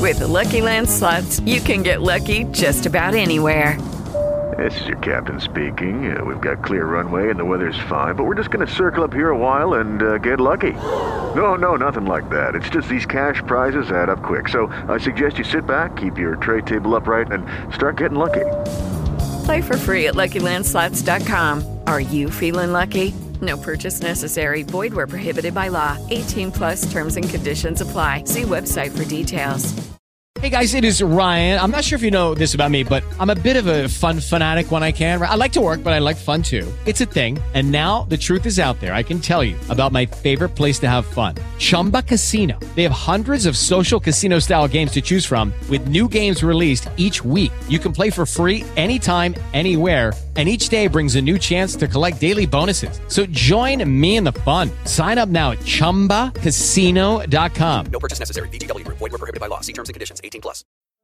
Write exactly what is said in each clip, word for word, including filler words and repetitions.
With the Lucky Land Slots, you can get lucky just about anywhere. This is your captain speaking. Uh, we've got clear runway and the weather's fine, but we're just going to circle up here a while and uh, get lucky. No, no, nothing like that. It's just these cash prizes add up quick. So I suggest you sit back, keep your tray table upright, and start getting lucky. Play for free at Lucky Land Slots dot com. Are you feeling lucky? No purchase necessary. Void where prohibited by law. eighteen plus terms and conditions apply. See website for details. Hey guys, it is Ryan. I'm not sure if you know this about me, but I'm a bit of a fun fanatic when I can. I like to work, but I like fun too. It's a thing. And now the truth is out there. I can tell you about my favorite place to have fun. Chumba Casino. They have hundreds of social casino style games to choose from with new games released each week. You can play for free anytime, anywhere. And each day brings a new chance to collect daily bonuses. So join me in the fun. Sign up now at chumba casino dot com. No purchase necessary. V G W Group. Void where prohibited by law. See terms and conditions. eighteen plus.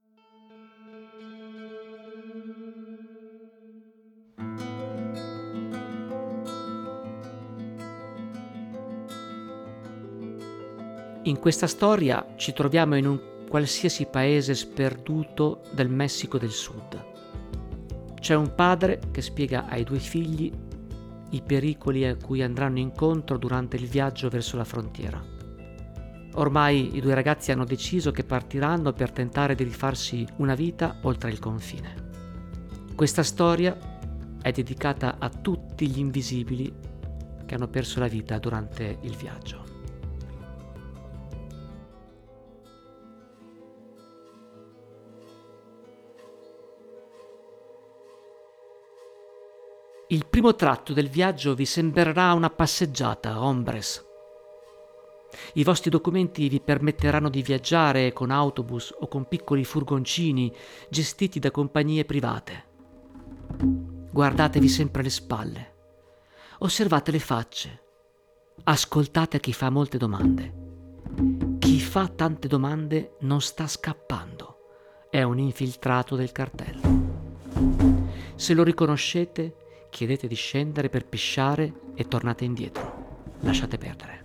In questa storia ci troviamo in un qualsiasi paese sperduto del Messico del Sud. C'è un padre che spiega ai due figli i pericoli a cui andranno incontro durante il viaggio verso la frontiera. Ormai i due ragazzi hanno deciso che partiranno per tentare di rifarsi una vita oltre il confine. Questa storia è dedicata a tutti gli invisibili che hanno perso la vita durante il viaggio. Il primo tratto del viaggio vi sembrerà una passeggiata, hombres. I vostri documenti vi permetteranno di viaggiare con autobus o con piccoli furgoncini gestiti da compagnie private. Guardatevi sempre le spalle, osservate le facce, ascoltate chi fa molte domande. Chi fa tante domande non sta scappando, è un infiltrato del cartello. Se lo riconoscete, chiedete di scendere per pisciare e tornate indietro. Lasciate perdere.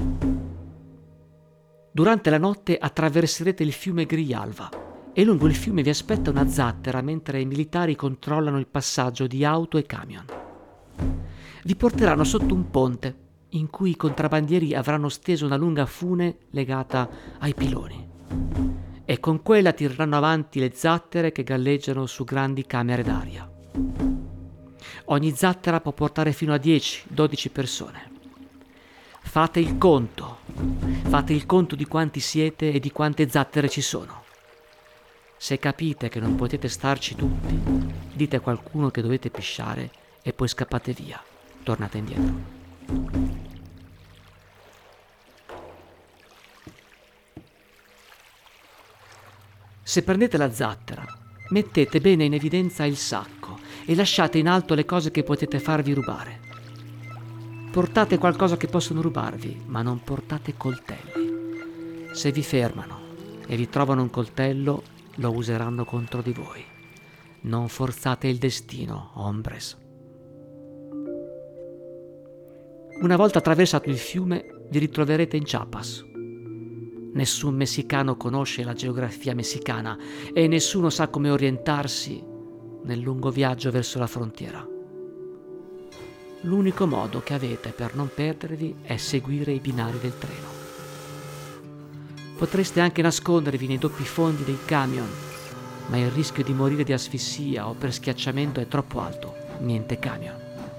Durante la notte attraverserete il fiume Grijalva e lungo il fiume vi aspetta una zattera mentre i militari controllano il passaggio di auto e camion. Vi porteranno sotto un ponte in cui i contrabbandieri avranno steso una lunga fune legata ai piloni e con quella tireranno avanti le zattere che galleggiano su grandi camere d'aria. Ogni zattera può portare fino a dieci dodici persone. Fate il conto, fate il conto di quanti siete e di quante zattere ci sono. Se capite che non potete starci tutti, dite a qualcuno che dovete pisciare e poi scappate via, tornate indietro. Se prendete la zattera, mettete bene in evidenza il sacco e lasciate in alto le cose che potete farvi rubare. Portate qualcosa che possono rubarvi, ma non portate coltelli. Se vi fermano e vi trovano un coltello, lo useranno contro di voi. Non forzate il destino, hombres. Una volta attraversato il fiume, vi ritroverete in Chiapas. Nessun messicano conosce la geografia messicana e nessuno sa come orientarsi nel lungo viaggio verso la frontiera. L'unico modo che avete per non perdervi è seguire i binari del treno. Potreste anche nascondervi nei doppi fondi dei camion, ma il rischio di morire di asfissia o per schiacciamento è troppo alto. Niente camion.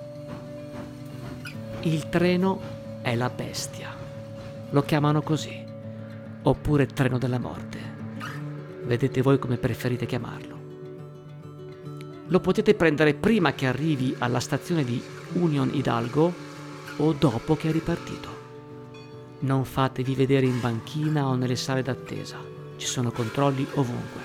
Il treno è la bestia. Lo chiamano così. Oppure treno della morte. Vedete voi come preferite chiamarlo. Lo potete prendere prima che arrivi alla stazione di Union Hidalgo o dopo che è ripartito. Non fatevi vedere in banchina o nelle sale d'attesa. Ci sono controlli ovunque.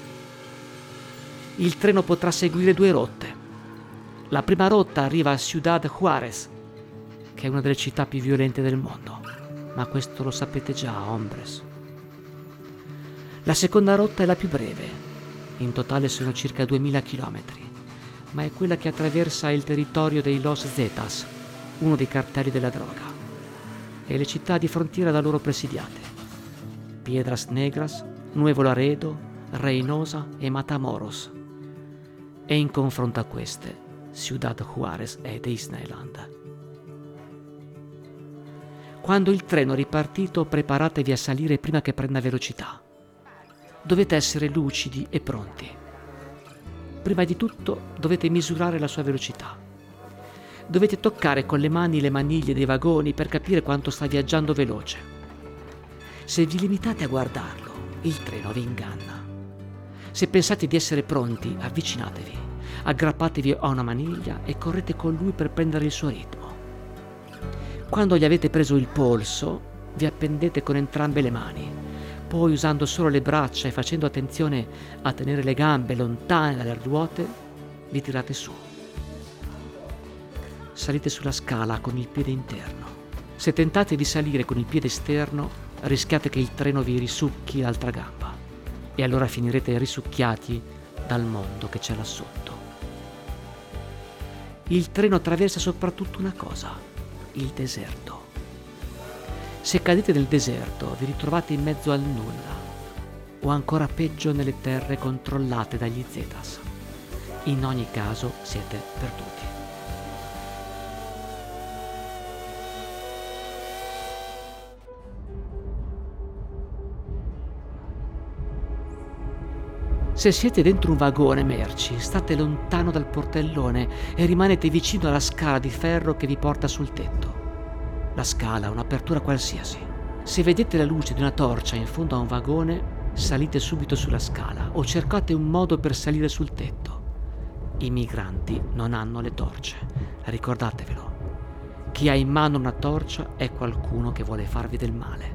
Il treno potrà seguire due rotte. La prima rotta arriva a Ciudad Juárez, che è una delle città più violente del mondo. Ma questo lo sapete già, hombres. La seconda rotta è la più breve. In totale sono circa duemila chilometri, ma è quella che attraversa il territorio dei Los Zetas, uno dei cartelli della droga, e le città di frontiera da loro presidiate. Piedras Negras, Nuevo Laredo, Reynosa e Matamoros. E in confronto a queste, Ciudad Juárez e Disneyland. Quando il treno è ripartito, preparatevi a salire prima che prenda velocità. Dovete essere lucidi e pronti. Prima di tutto dovete misurare la sua velocità. Dovete toccare con le mani le maniglie dei vagoni per capire quanto sta viaggiando veloce. Se vi limitate a guardarlo, il treno vi inganna. Se pensate di essere pronti, avvicinatevi, aggrappatevi a una maniglia e correte con lui per prendere il suo ritmo. Quando gli avete preso il polso, vi appendete con entrambe le mani. Poi, usando solo le braccia e facendo attenzione a tenere le gambe lontane dalle ruote, vi tirate su. Salite sulla scala con il piede interno. Se tentate di salire con il piede esterno, rischiate che il treno vi risucchi l'altra gamba e allora finirete risucchiati dal mondo che c'è là sotto. Il treno attraversa soprattutto una cosa: il deserto. Se cadete nel deserto, vi ritrovate in mezzo al nulla, o ancora peggio nelle terre controllate dagli Zetas. In ogni caso siete perduti. Se siete dentro un vagone merci, state lontano dal portellone e rimanete vicino alla scala di ferro che vi porta sul tetto. La scala ha un'apertura qualsiasi. Se vedete la luce di una torcia in fondo a un vagone, salite subito sulla scala o cercate un modo per salire sul tetto. I migranti non hanno le torce, ricordatevelo. Chi ha in mano una torcia è qualcuno che vuole farvi del male.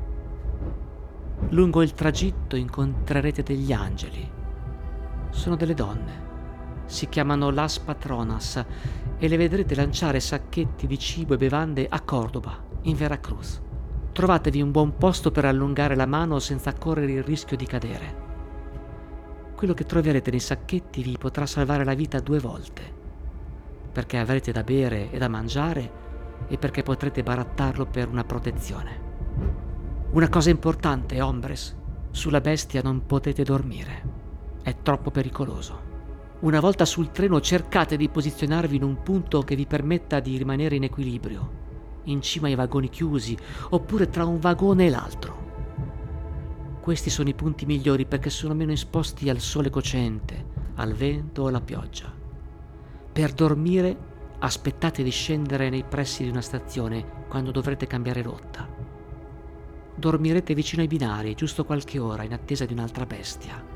Lungo il tragitto incontrerete degli angeli. Sono delle donne. Si chiamano Las Patronas e le vedrete lanciare sacchetti di cibo e bevande a Córdoba, in Veracruz. Trovatevi un buon posto per allungare la mano senza correre il rischio di cadere. Quello che troverete nei sacchetti vi potrà salvare la vita due volte, perché avrete da bere e da mangiare e perché potrete barattarlo per una protezione. Una cosa importante, hombres, sulla bestia non potete dormire. È troppo pericoloso. Una volta sul treno cercate di posizionarvi in un punto che vi permetta di rimanere in equilibrio, in cima ai vagoni chiusi, oppure tra un vagone e l'altro. Questi sono i punti migliori perché sono meno esposti al sole cocente, al vento o alla pioggia. Per dormire, aspettate di scendere nei pressi di una stazione quando dovrete cambiare rotta. Dormirete vicino ai binari, giusto qualche ora, in attesa di un'altra bestia.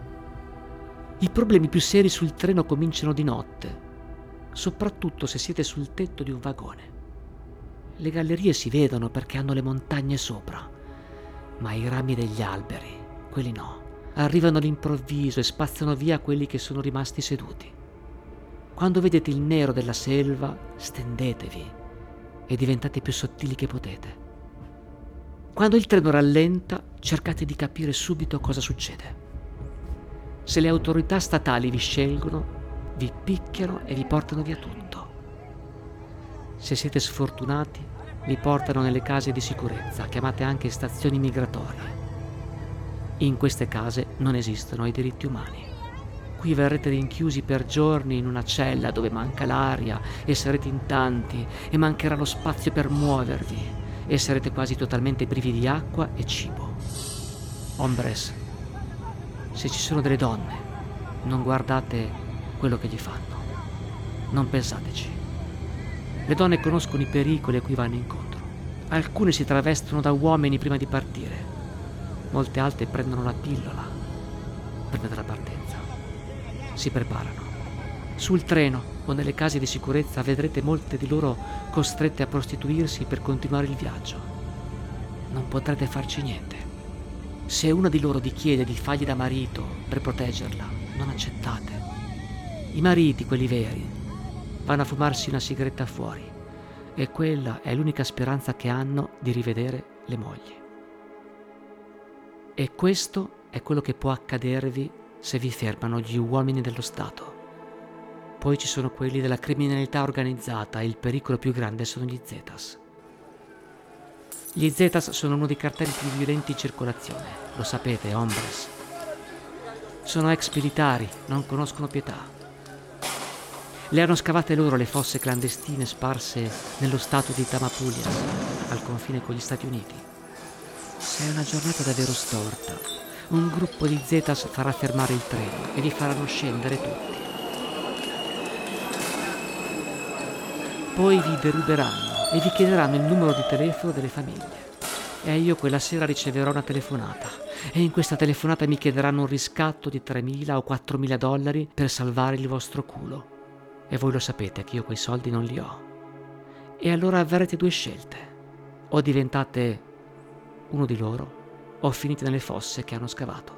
I problemi più seri sul treno cominciano di notte, soprattutto se siete sul tetto di un vagone. Le gallerie si vedono perché hanno le montagne sopra, ma i rami degli alberi, quelli no, arrivano all'improvviso e spazzano via quelli che sono rimasti seduti. Quando vedete il nero della selva, stendetevi e diventate più sottili che potete. Quando il treno rallenta, cercate di capire subito cosa succede. Se le autorità statali vi scelgono, vi picchiano e vi portano via tutto. Se siete sfortunati, vi portano nelle case di sicurezza, chiamate anche stazioni migratorie. In queste case non esistono i diritti umani. Qui verrete rinchiusi per giorni in una cella dove manca l'aria e sarete in tanti e mancherà lo spazio per muovervi e sarete quasi totalmente privi di acqua e cibo. Hombres, se ci sono delle donne, non guardate quello che gli fanno. Non pensateci. Le donne conoscono i pericoli a cui vanno incontro. Alcune si travestono da uomini prima di partire. Molte altre prendono la pillola prima della partenza. Si preparano. Sul treno o nelle case di sicurezza vedrete molte di loro costrette a prostituirsi per continuare il viaggio. Non potrete farci niente. Se una di loro vi chiede di fargli da marito per proteggerla, non accettate. I mariti, quelli veri, vanno a fumarsi una sigaretta fuori e quella è l'unica speranza che hanno di rivedere le mogli. E questo è quello che può accadervi se vi fermano gli uomini dello Stato. Poi ci sono quelli della criminalità organizzata e il pericolo più grande sono gli Zetas. Gli Zetas sono uno dei cartelli più violenti in circolazione, lo sapete, hombres. Sono ex militari, non conoscono pietà. Le hanno scavate loro le fosse clandestine sparse nello stato di Tamapulias, al confine con gli Stati Uniti. Se è una giornata davvero storta, un gruppo di Zetas farà fermare il treno e vi faranno scendere tutti. Poi vi deruberanno e vi chiederanno il numero di telefono delle famiglie. E io quella sera riceverò una telefonata. E in questa telefonata mi chiederanno un riscatto di tremila o quattromila dollari per salvare il vostro culo. E voi lo sapete che io quei soldi non li ho. E allora avrete due scelte. O diventate uno di loro, o finite nelle fosse che hanno scavato.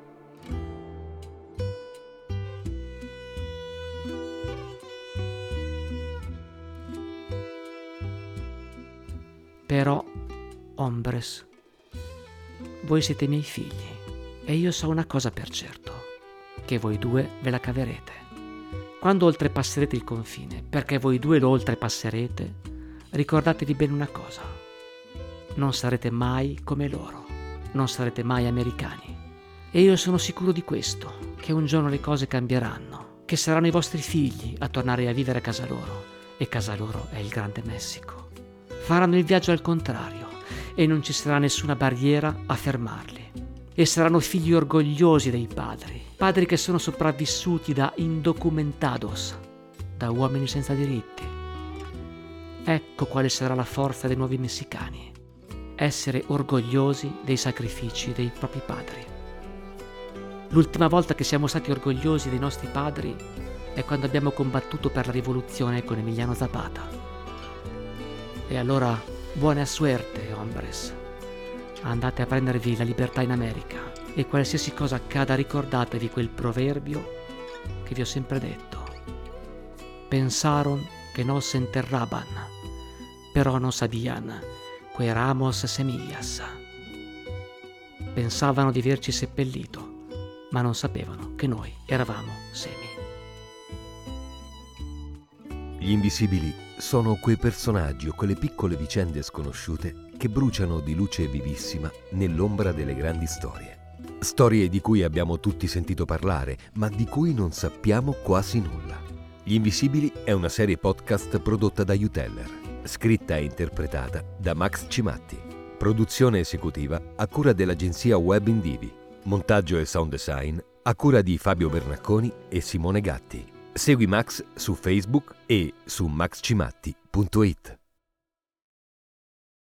Però, hombres, voi siete miei figli e io so una cosa per certo, che voi due ve la caverete. Quando oltrepasserete il confine, perché voi due lo oltrepasserete, ricordatevi bene una cosa: non sarete mai come loro, non sarete mai americani. E io sono sicuro di questo, che un giorno le cose cambieranno, che saranno i vostri figli a tornare a vivere a casa loro, e casa loro è il Grande Messico. Faranno il viaggio al contrario e non ci sarà nessuna barriera a fermarli. E saranno figli orgogliosi dei padri, padri che sono sopravvissuti da indocumentados, da uomini senza diritti. Ecco quale sarà la forza dei nuovi messicani: essere orgogliosi dei sacrifici dei propri padri. L'ultima volta che siamo stati orgogliosi dei nostri padri è quando abbiamo combattuto per la rivoluzione con Emiliano Zapata. E allora, buona suerte, hombres. Andate a prendervi la libertà in America e qualsiasi cosa accada ricordatevi quel proverbio che vi ho sempre detto. Pensaron que nos enterraban, però non sabían que éramos semillas. Pensavano di averci seppellito, ma non sapevano che noi eravamo semi. Gli invisibili sono quei personaggi o quelle piccole vicende sconosciute che bruciano di luce vivissima nell'ombra delle grandi storie. Storie di cui abbiamo tutti sentito parlare, ma di cui non sappiamo quasi nulla. Gli Invisibili è una serie podcast prodotta da Uteller, scritta e interpretata da Max Cimatti. Produzione esecutiva a cura dell'agenzia Web Indivi. Montaggio e sound design a cura di Fabio Bernacconi e Simone Gatti. Segui Max su Facebook e su max cimatti punto it.